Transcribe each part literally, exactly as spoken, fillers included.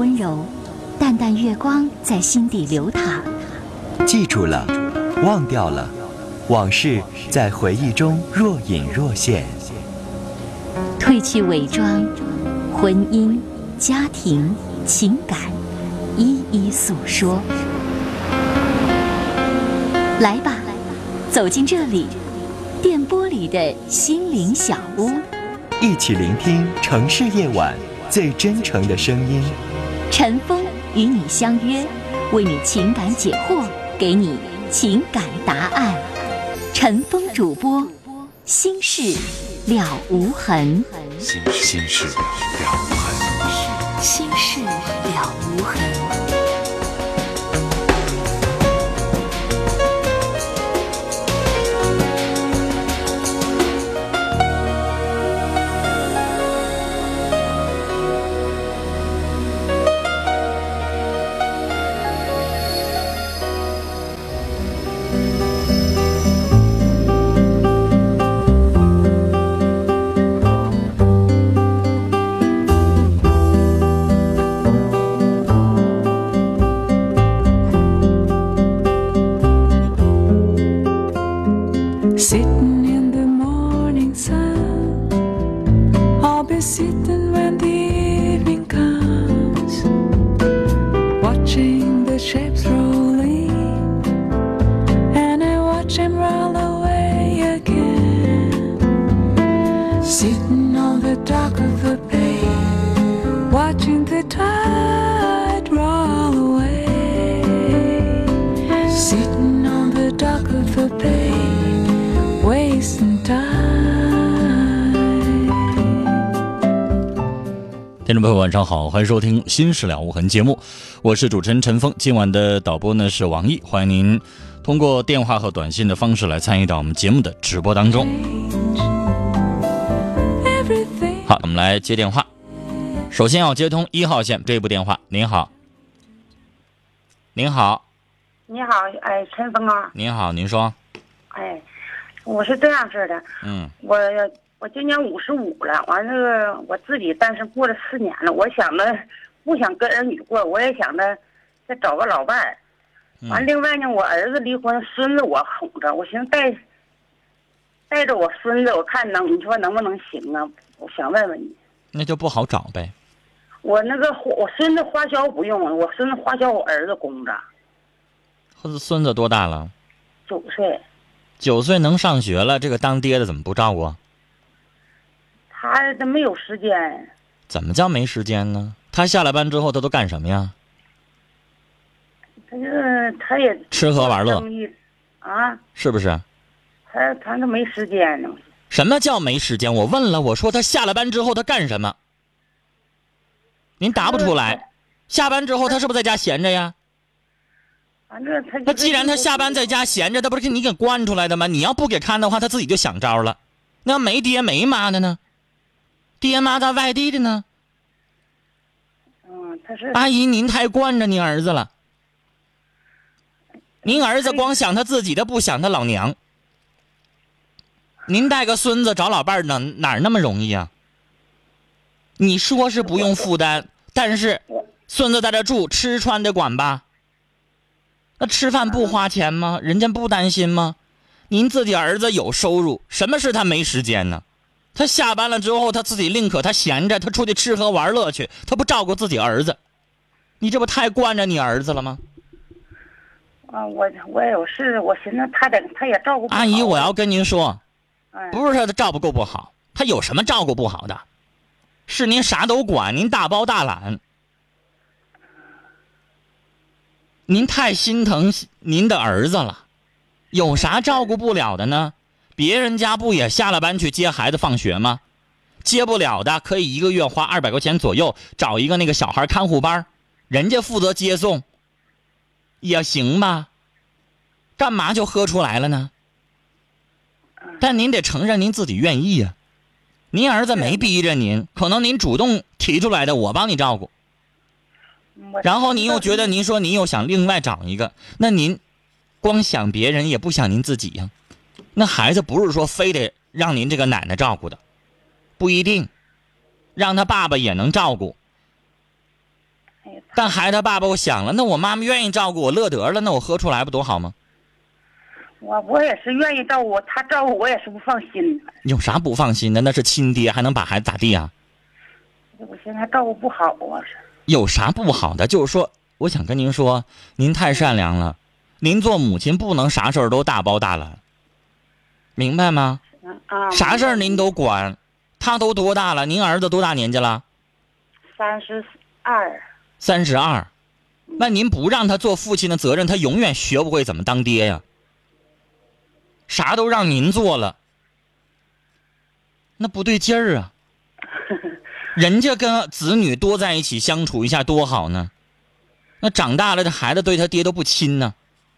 温柔，淡淡月光在心底流淌。 记住了，忘掉了，往事在回忆中若隐若现。 褪去伪装，婚姻、家庭、情感，一一诉说。来吧，走进这里，电波里的心灵小屋， 一起聆听城市夜晚最真诚的声音。 陈峰与你相约，为你情感解惑，给你情感答案。陈峰主播，心事了无痕。 心心事了无痕， 心事了无痕。 Sitting in the morning sun, I'll be sitting when the evening comes, watching the ships roll in, and I watch them roll away again. Sitting on the dock of the bay, watching the tide roll away. Sitting on the dock of the bay,Wasting time。 听众朋友晚上好，欢迎收听心事了无痕节目，我是主持人陈峰。今晚的导播呢是王毅，欢迎您通过电话和短信的方式来参与到我们节目的直播当中。好，我们来接电话。首先要接通一号线这部电话。您好。您好。 你好，哎，陈峰啊。 您好，您说。 哎，我是这样式的， 嗯， 我我今年五十五了，完了我自己单身过了四年了，我想着不想跟儿女过，我也想着再找个老伴儿。完，另外呢，我儿子离婚，孙子我哄着，我寻思带带着我孙子，我看能你说能不能行啊？我想问问你。 那就不好找呗。 我那个我孙子花销不用，我孙子花销我儿子供着。 孙子多大了？ 九岁。 九岁能上学了，这个当爹的怎么不照顾？ 他他没有时间。 怎么叫没时间呢？他下了班之后他都干什么呀？ 他就他也吃喝玩乐啊， 是不是？ 他他都没时间呢。 什么叫没时间？我问了，我说他下了班之后他干什么？您答不出来。下班之后他是不是在家闲着呀？ 反正他他既然他下班在家闲着，他不是你给惯出来的吗？你要不给看的话，他自己就想招了。那没爹没妈的呢？爹妈在外地的呢？ 嗯，他是阿姨，您太惯着您儿子了。您儿子光想他自己的，不想他老娘。您带个孙子找老伴儿哪哪那么容易啊？你说是不用负担，但是孙子在这住，吃穿得管吧？那吃饭不花钱吗？人家不担心吗？您自己儿子有收入，什么是他没时间呢？他下班了之后，他自己宁可他闲着，他出去吃喝玩乐去，他不照顾自己儿子，你这不太惯着你儿子了吗？ 啊，我我也有事，我寻思他得他也照顾不好。 阿姨，我要跟您说，不是他的照顾够不好，他有什么照顾不好的？是您啥都管，您大包大揽。您太心疼您的儿子了，有啥照顾不了的呢？别人家不也下了班去接孩子放学吗？接不了的可以一个月花二百块钱左右找一个那个小孩看护班，人家负责接送，也行吧？干嘛就喝出来了呢？但您得承认您自己愿意呀、啊。您儿子没逼着您，可能您主动提出来的，我帮你照顾。然后您又觉得您说您又想另外找一个，那您光想别人也不想您自己呀、啊。那孩子不是说非得让您这个奶奶照顾的，不一定，让他爸爸也能照顾。 哎呀， 但孩子他爸爸我想了，那我妈妈愿意照顾我乐得了，那我喝出来不多好吗？ 我我也是愿意照顾我，他照顾我也是不放心。 有啥不放心的？那是亲爹，还能把孩子咋地啊？ 我现在照顾不好啊，是。 有啥不好的？就是说，我想跟您说，您太善良了，您做母亲不能啥事儿都大包大揽，明白吗？ 啊， 啥事儿您都管。他都多大了？您儿子多大年纪了？ 三十二。 三十二。那您不让他做父亲的责任，他永远学不会怎么当爹呀。啥都让您做了，那不对劲儿啊。人家跟子女多在一起相处一下多好呢，那长大了这孩子对他爹都不亲呢。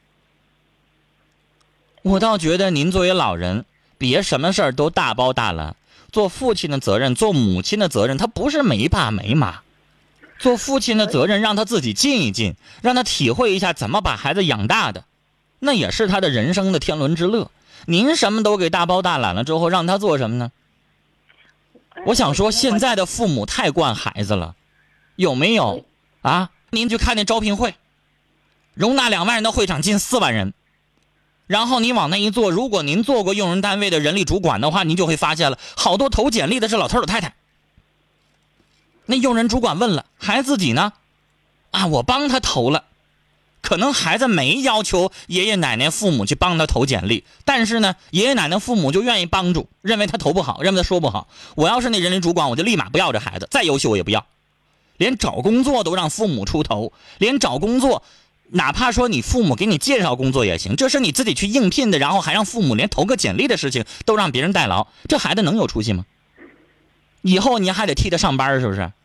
我倒觉得您作为老人，别什么事儿都大包大揽，做父亲的责任，做母亲的责任，他不是没爸没妈。做父亲的责任让他自己尽一尽，让他体会一下怎么把孩子养大的，那也是他的人生的天伦之乐。您什么都给大包大揽了之后，让他做什么呢？我想说，现在的父母太惯孩子了，有没有啊？您去看那招聘会，容纳两万人的会场进四万人，然后你往那一坐，如果您做过用人单位的人力主管的话，您就会发现了，好多投简历的是老头老太太。那用人主管问了，孩子自己呢？啊，我帮他投了。可能孩子没要求爷爷奶奶父母去帮他投简历，但是呢，爷爷奶奶父母就愿意帮助，认为他投不好，认为他说不好。我要是那人力主管，我就立马不要这孩子，再优秀我也不要。连找工作都让父母出头，连找工作，哪怕说你父母给你介绍工作也行，这是你自己去应聘的，然后还让父母连投个简历的事情都让别人代劳，这孩子能有出息吗？以后您还得替他上班，是不是？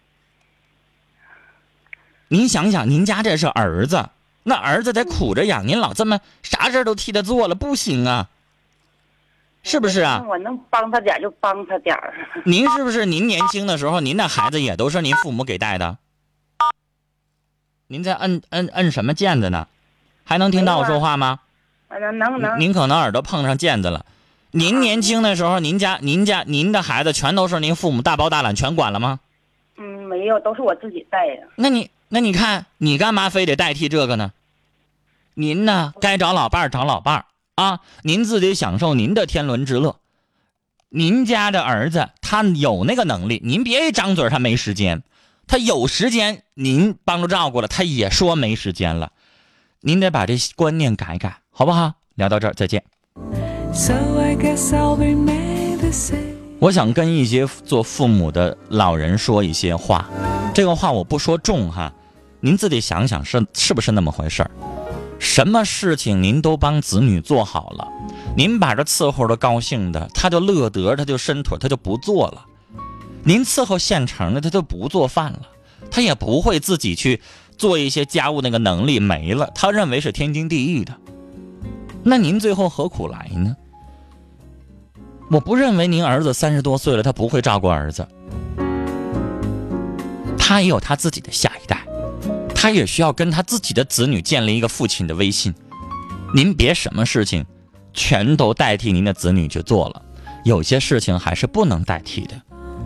您想想，您家这是儿子，那儿子得苦着养，您老这么啥事都替他做了，不行啊，是不是啊？ 我能帮他点就帮他点儿。 您是不是您年轻的时候，您的孩子也都是您父母给带的？您在摁摁摁什么键子呢？还能听到我说话吗？ 能能能。 您可能耳朵碰上键子了。您年轻的时候，您家您家您的孩子全都是您父母大包大揽全管了吗？ 嗯，没有，都是我自己带的。 那你那你看，你干嘛非得代替这个呢？您呢，该找老伴儿找老伴儿啊，您自己享受您的天伦之乐。您家的儿子他有那个能力，您别一张嘴他没时间，他有时间您帮助照顾了，他也说没时间了。您得把这观念改改，好不好？聊到这儿，再见。 So I guess I'll remain the same. 我想跟一些做父母的老人说一些话，这个话我不说重哈，您自己想想是是不是那么回事儿？什么事情您都帮子女做好了，您把这伺候的高兴的，他就乐得，他就伸腿，他就不做了。您伺候现成的，他就不做饭了，他也不会自己去做一些家务，那个能力没了，他认为是天经地义的。那您最后何苦来呢？我不认为您儿子三十多岁了，他不会照顾儿子，他也有他自己的下一代，他也需要跟他自己的子女建立一个父亲的微信。您别什么事情全都代替您的子女去做了，有些事情还是不能代替的。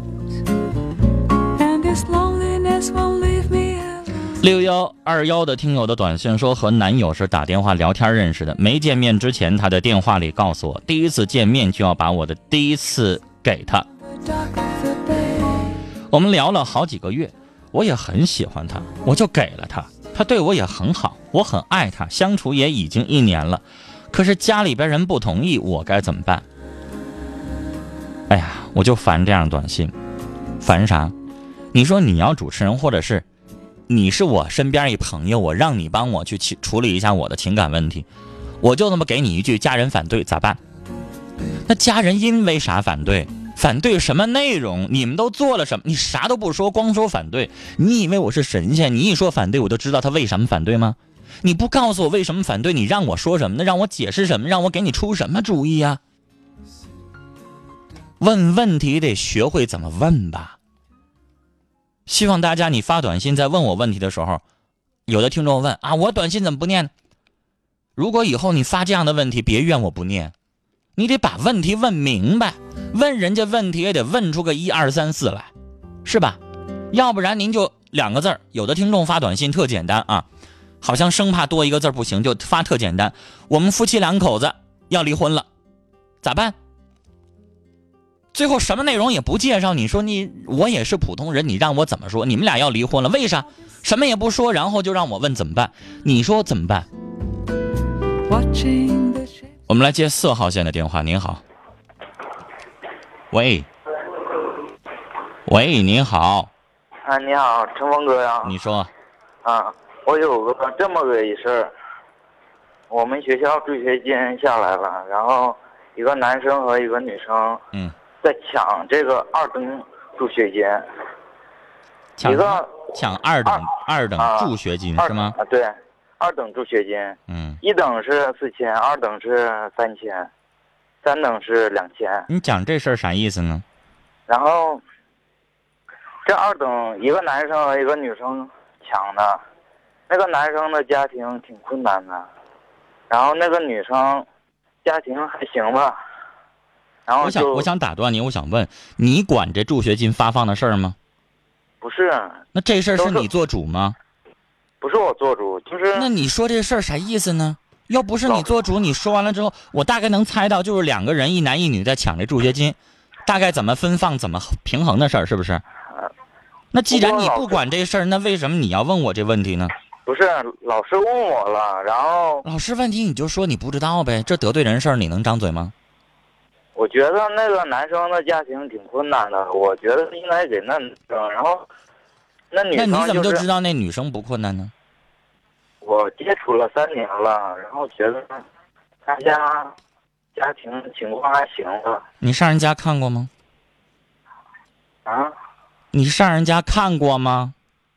And this loneliness won't leave me alone. 六幺二幺的听友的短信说，和男友是打电话聊天认识的，没见面之前他在电话里告诉我，第一次见面就要把我的第一次给他。 The dock of the bay. 我们聊了好几个月，我也很喜欢他，我就给了他，他对我也很好，我很爱他，相处也已经一年了，可是家里边人不同意，我该怎么办？哎呀，我就烦这样的短信，烦啥？你说你要主持人，或者是你是我身边一朋友，我让你帮我去处理一下我的情感问题，我就那么给你一句家人反对咋办？那家人因为啥反对？反对什么内容？你们都做了什么？你啥都不说，光说反对，你以为我是神仙？你一说反对我就知道他为什么反对吗？你不告诉我为什么反对，你让我说什么呢？让我解释什么？让我给你出什么主意啊？问问题得学会怎么问吧。希望大家你发短信在问我问题的时候，有的听众问啊，我短信怎么不念？如果以后你发这样的问题，别怨我不念，你得把问题问明白，问人家问题也得问出个一二三四来，是吧？要不然您就两个字儿，有的听众发短信特简单啊，好像生怕多一个字不行，就发特简单。我们夫妻两口子要离婚了，咋办？最后什么内容也不介绍，你说你我也是普通人，你让我怎么说？你们俩要离婚了，为啥？什么也不说，然后就让我问怎么办？你说怎么办？我们来接四号线的电话。您好，喂，喂，您好。 啊，你好，陈峰哥呀。 你说。 啊，我有个这么个一事儿，我们学校助学金下来了，然后一个男生和一个女生， 嗯， 在抢这个二等助学金。 抢一个抢二等二等助学金、 啊、 是吗？ 啊，对，二等助学金。 嗯， 一等是四千，二等是三千，三等是两千。 你讲这事儿啥意思呢？ 然后，这二等一个男生和一个女生抢的，那个男生的家庭挺困难的，然后那个女生家庭还行吧。然后我想我想打断你，我想问你管这助学金发放的事儿吗？ 不是。 那这事儿是你做主吗？ 不是我做主，就是。 那你说这事儿啥意思呢？要不是你做主，你说完了之后，我大概能猜到，就是两个人一男一女在抢这助学金，大概怎么分放、怎么平衡的事儿，是不是？那既然你不管这事儿，那为什么你要问我这问题呢？ 不是，老师问我了，然后老师问题你就说你不知道呗，这得罪人事儿，你能张嘴吗？ 我觉得那个男生的家庭挺困难的，我觉得应该给那女生，然后那女生、就是、 那你怎么就知道那女生不困难呢？ 我接触了三年了，然后觉得他家家庭情况还行吧。 你上人家看过吗？ 啊？ 你上人家看过吗？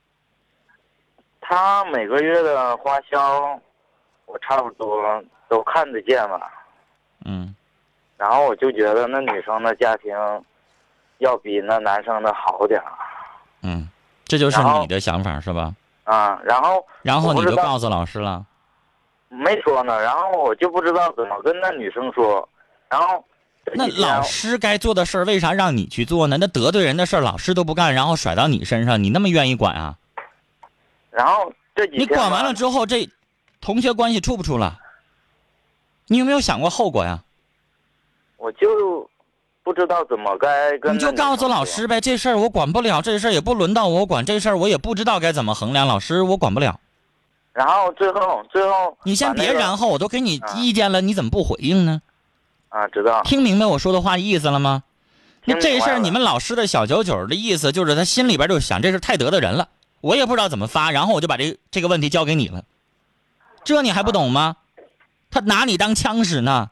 他每个月的花销，我差不多都看得见吧。 嗯。 然后我就觉得那女生的家庭要比那男生的好点儿。 嗯，这就是你的想法是吧？ 啊，然后然后你就告诉老师了？ 没说呢，然后我就不知道怎么跟那女生说，然后那老师该做的事儿为啥让你去做呢？那得罪人的事儿老师都不干，然后甩到你身上，你那么愿意管啊？ 然后这几天你管完了之后，这同学关系处不处了？你有没有想过后果呀？ 我就不知道怎么该跟。 你就告诉老师呗，这事儿我管不了，这事儿也不轮到我管，这事儿我也不知道该怎么衡量，老师我管不了。 然后最后最后你先别然后，我都给你意见了，你怎么不回应呢？ 啊，知道。 听明白我说的话意思了吗？那这事儿你们老师的小九九的意思就是他心里边就想这事太得罪人了，我也不知道怎么发，然后我就把这这个问题交给你了，这你还不懂吗？他拿你当枪使呢。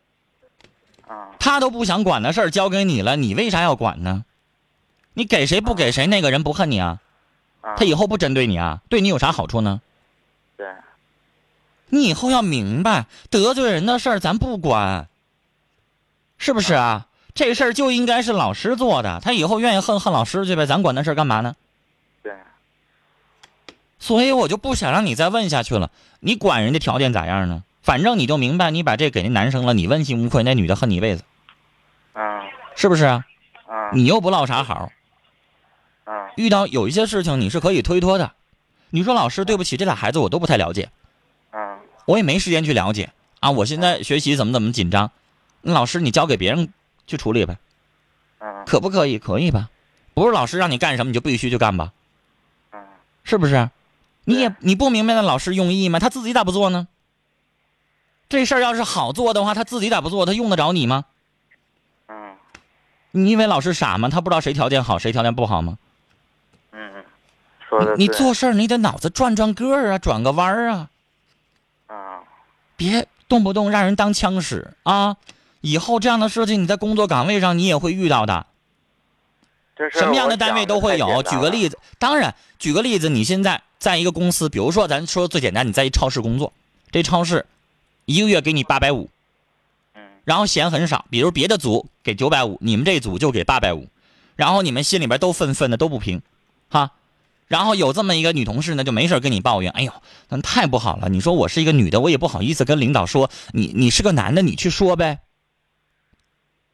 他都不想管的事儿交给你了，你为啥要管呢？你给谁不给谁，那个人不恨你啊？他以后不针对你啊？对你有啥好处呢？ 对。 你以后要明白，得罪人的事儿咱不管，是不是啊？这事儿就应该是老师做的，他以后愿意恨恨老师去呗，咱管那事儿干嘛呢？ 对。 所以我就不想让你再问下去了。你管人家条件咋样呢？反正你就明白，你把这给那男生了，你问心无愧，那女的恨你一辈子。 嗯。 是不是啊？ 嗯。 你又不落啥好。 嗯。 遇到有一些事情你是可以推脱的。你说老师对不起，这俩孩子我都不太了解。 嗯。 我也没时间去了解啊！我现在学习怎么怎么紧张，那老师你交给别人去处理呗。 嗯。 可不可以？可以吧？不是老师让你干什么你就必须就干吧。 嗯。 是不是？你也你不明白那老师用意吗？他自己咋不做呢？这事儿要是好做的话，他自己咋不做？他用得着你吗？ 嗯。 你以为老师傻吗？他不知道谁条件好，谁条件不好吗？ 嗯，说的你做事儿你得脑子转转个儿啊，转个弯儿啊。 嗯。 别动不动让人当枪使啊！以后这样的事情你在工作岗位上你也会遇到的。什么样的单位都会有。举个例子，当然举个例子，你现在在一个公司，比如说咱说最简单，你在一超市工作，这超市一个月给你八百五，然后嫌很少，比如别的组给九百五，你们这组就给八百五，然后你们心里边都愤愤的，都不平，哈。然后有这么一个女同事呢，就没事跟你抱怨，哎呦，那太不好了。你说我是一个女的，我也不好意思跟领导说，你你是个男的，你去说呗。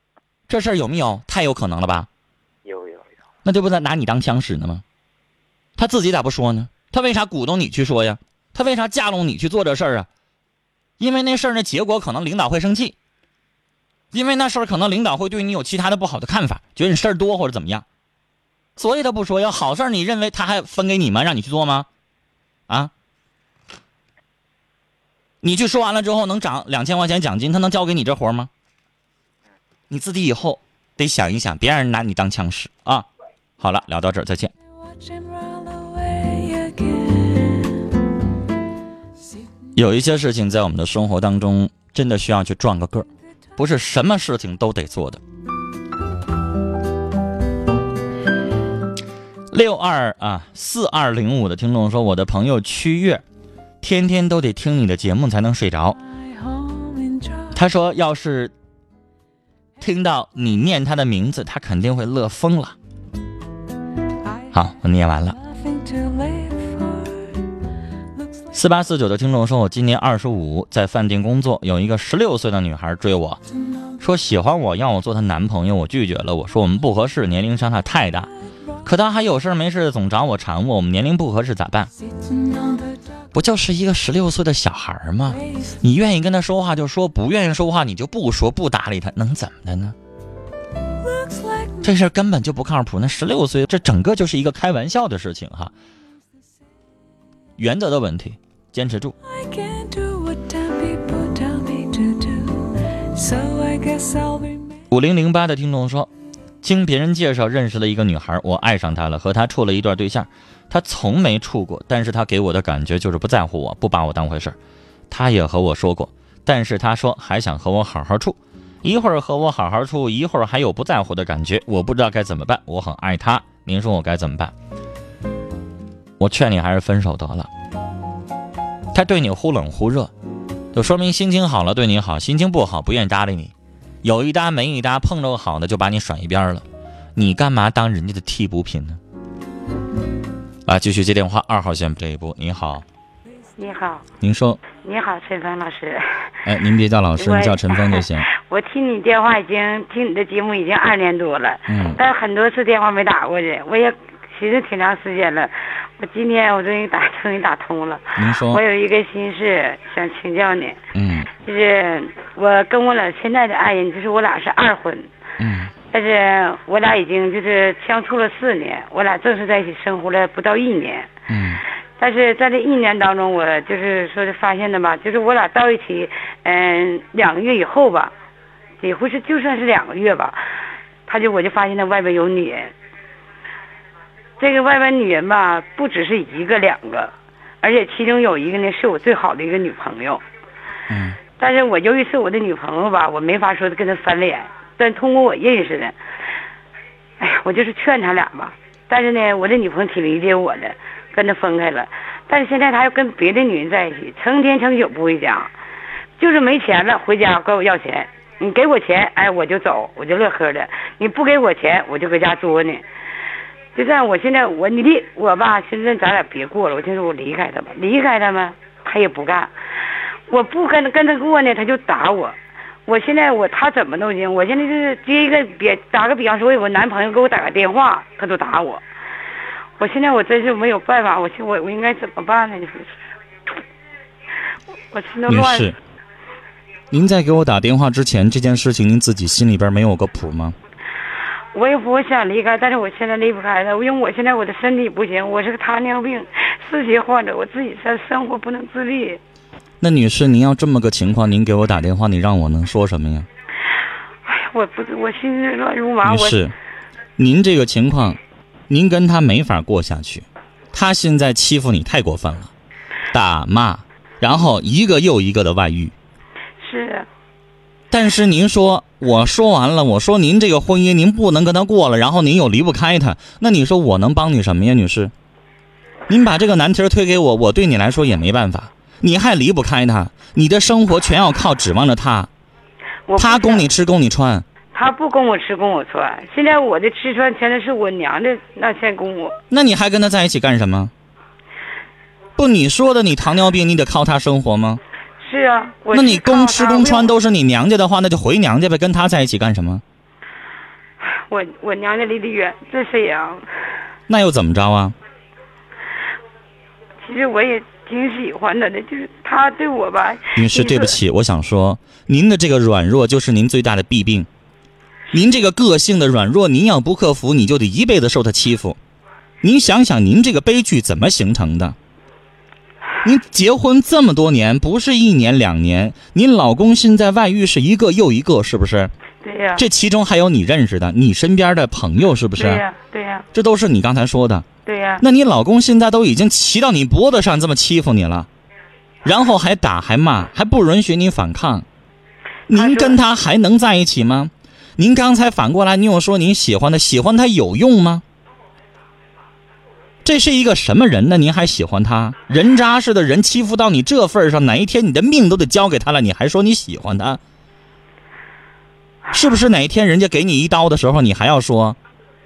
这事儿有没有？太有可能了吧？ 有有有。 那这不在拿你当枪使呢吗？ 他自己咋不说呢？他为啥鼓动你去说呀？他为啥架拢你去做这事儿啊？因为那事儿的结果可能领导会生气，因为那事儿可能领导会对你有其他的不好的看法，觉得你事儿多或者怎么样，所以他不说呀。好事儿你认为他还分给你吗？让你去做吗？啊？你去说完了之后能涨两千块钱奖金，他能交给你这活吗？你自己以后得想一想，别让人拿你当枪使啊！好了，聊到这儿，再见。有一些事情在我们的生活当中真的需要去转个个儿，不是什么事情都得做的。六二啊四二零五的听众说，我的朋友曲月天天都得听你的节目才能睡着。他说要是听到你念他的名字，他肯定会乐疯了。好，我念完了。四八四九的听众说，我今年二十五，在饭店工作，有一个十六岁的女孩追我，说喜欢我，要我做她男朋友，我拒绝了，我说我们不合适，年龄相差太大。可她还有事没事总找我缠我，我们年龄不合适咋办？不就是一个十六岁的小孩吗？你愿意跟她说话就说，不愿意说话你就不说，不搭理她，能怎么的呢？这事根本就不靠谱。那十六岁，这整个就是一个开玩笑的事情哈。原则的问题，坚持住。五零零八的听众说，经别人介绍认识了一个女孩，我爱上她了，和她处了一段对象，她从没处过，但是她给我的感觉就是不在乎我，不把我当回事。她也和我说过，但是她说还想和我好好处，一会儿和我好好处，一会儿还有不在乎的感觉，我不知道该怎么办，我很爱她，您说我该怎么办？我劝你还是分手得了。他对你忽冷忽热，就说明心情好了对你好，心情不好不愿意搭理你，有一搭没一搭，碰着好的就把你甩一边了，你干嘛当人家的替补品呢？啊，继续接电话，二号线这一步。你好。 你好。 您说。 你好，陈峰老师。 哎，您别叫老师，您叫陈峰就行。 我听你电话已经听你的节目已经二年多了，嗯，但是很多次电话没打过去，我也寻思挺长时间了。我今天我终于打终于打通了。 您说。 我有一个心事想请教你。 嗯。 就是我跟我俩现在的爱人，就是我俩是二婚。 嗯。 但是我俩已经就是相处了四年，我俩正式在一起生活了不到一年。 嗯。 但是在这一年当中，我就是说是发现的吧，就是我俩到一起，嗯，两个月以后吧，也不是就算是两个月吧，他就我就发现他外边有女人。这个外边女人吧，不只是一个两个，而且其中有一个呢是我最好的一个女朋友。 嗯。 但是我由于是我的女朋友吧，我没法说跟她翻脸。但通过我认识的，哎呀，我就是劝他俩吧。但是呢，我的女朋友挺理解我的，跟他分开了。但是现在他又跟别的女人在一起，成天成宿不回家，就是没钱了回家管我要钱。你给我钱，哎，我就走，我就乐呵的；你不给我钱，我就搁家作呢。就这样，我现在我你离我吧，现在咱俩别过了。我就说我离开他吧，离开他嘛，他也不干。我不跟跟他过呢，他就打我。我现在我他怎么都行，我现在就是接一个别打个比方说，我男朋友给我打个电话，他都打我。我现在我真是没有办法，我我我应该怎么办呢？你说，我心都乱了。 女士，您在给我打电话之前，这件事情您自己心里边没有个谱吗？ 我也不想离开，但是我现在离不开他，因为我现在我的身体不行，我是个糖尿病四期患者，我自己在生活不能自立。 那女士，您要这么个情况，您给我打电话，你让我能说什么呀？ 哎呀，我不，我心里乱如麻。 女士，您这个情况，您跟他没法过下去，他现在欺负你太过分了，打骂，然后一个又一个的外遇。 是。 但是您说，我说完了，我说您这个婚姻您不能跟他过了，然后您又离不开他，那你说我能帮你什么呀，女士？您把这个难题推给我，我对你来说也没办法。你还离不开他，你的生活全要靠指望着他，他供你吃供你穿。 他不供我吃供我穿，现在我的吃穿全都是我娘的那钱供我。 那你还跟他在一起干什么？不，你说的你糖尿病你得靠他生活吗？ 是啊。我那你供吃供穿都是你娘家的话，那就回娘家呗，跟他在一起干什么？ 我我娘家离得远，在沈阳。 那又怎么着啊？ 其实我也挺喜欢他的，就是他对我吧。 女士，对不起，我想说，您的这个软弱就是您最大的弊病。您这个个性的软弱，您要不克服，你就得一辈子受他欺负。您想想，您这个悲剧怎么形成的？您结婚这么多年，不是一年两年，您老公现在外遇是一个又一个，是不是？ 对呀。 这其中还有你认识的，你身边的朋友，是不是？ 对呀，对呀。 这都是你刚才说的。 对呀。 那你老公现在都已经骑到你脖子上，这么欺负你了，然后还打还骂，还不允许你反抗，您跟他还能在一起吗？您刚才反过来，你又说您喜欢他，喜欢他有用吗？这是一个什么人呢？您还喜欢他？人渣似的人欺负到你这份上，哪一天你的命都得交给他了，你还说你喜欢他？是不是哪一天人家给你一刀的时候，你还要说？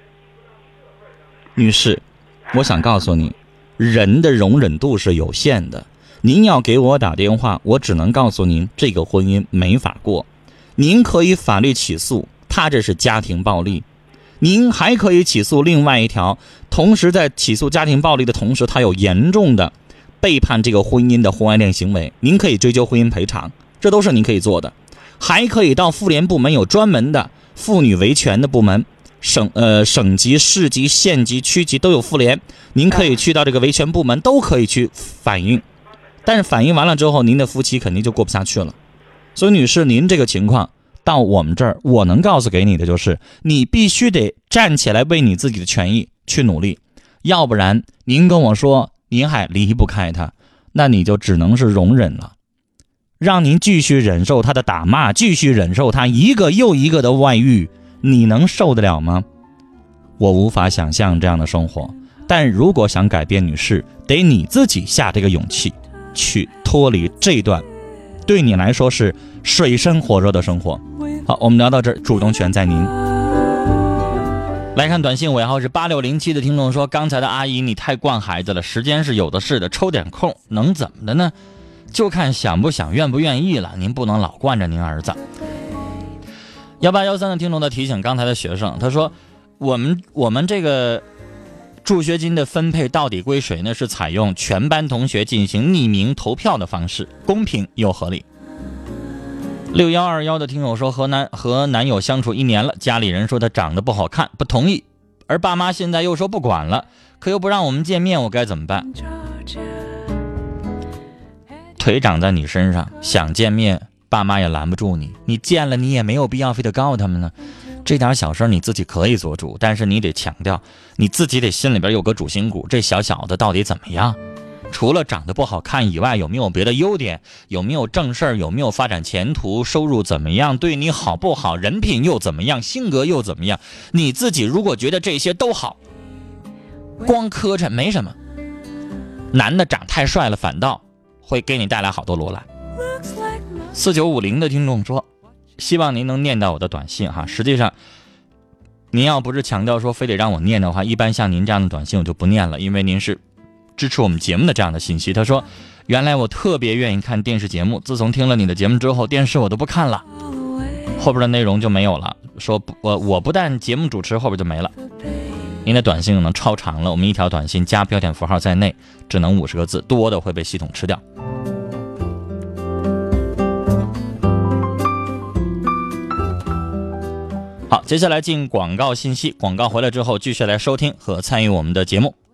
女士，我想告诉你，人的容忍度是有限的。您要给我打电话，我只能告诉您，这个婚姻没法过。您可以法律起诉他，这是家庭暴力。您还可以起诉另外一条，同时在起诉家庭暴力的同时，他有严重的背叛这个婚姻的婚外恋行为，您可以追究婚姻赔偿，这都是您可以做的。还可以到妇联部门，有专门的妇女维权的部门，省呃省级、市级、县级、区级都有妇联，您可以去到这个维权部门，都可以去反映。但是反映完了之后，您的夫妻肯定就过不下去了。所以女士，您这个情况到我们这儿，我能告诉给你的就是，你必须得站起来为你自己的权益去努力，要不然您跟我说您还离不开他，那你就只能是容忍了，让您继续忍受他的打骂，继续忍受他一个又一个的外遇，你能受得了吗？我无法想象这样的生活，但如果想改变，女士，得你自己下这个勇气去脱离这段对你来说是水深火热的生活。好，我们聊到这儿，主动权在您。来看短信尾号是八六零七的听众说，刚才的阿姨你太惯孩子了，时间是有的是的，抽点空能怎么的呢？就看想不想愿不愿意了，您不能老惯着您儿子。幺八幺三的听众的提醒刚才的学生，他说我们我们这个助学金的分配到底归谁呢？是采用全班同学进行匿名投票的方式，公平又合理。六幺二幺的听友说，和男和男友相处一年了，家里人说他长得不好看，不同意，而爸妈现在又说不管了，可又不让我们见面，我该怎么办？腿长在你身上，想见面爸妈也拦不住你，你见了你也没有必要非得告他们呢。这点小事你自己可以做主，但是你得强调，你自己得心里边有个主心骨，这小小的到底怎么样？除了长得不好看以外，有没有别的优点？有没有正事儿？有没有发展前途？收入怎么样？对你好不好？人品又怎么样？性格又怎么样？你自己如果觉得这些都好，光磕碜没什么。男的长太帅了，反倒会给你带来好多罗兰。四九五零的听众说，希望您能念到我的短信哈。实际上您要不是强调说非得让我念的话，一般像您这样的短信我就不念了，因为您是支持我们节目的这样的信息。他说，原来我特别愿意看电视节目，自从听了你的节目之后，电视我都不看了，后边的内容就没有了。说不我我不但节目主持后边就没了。您的短信可能超长了，我们一条短信加标点符号在内只能五十个字，多的会被系统吃掉。好，接下来进广告信息，广告回来之后继续来收听和参与我们的节目。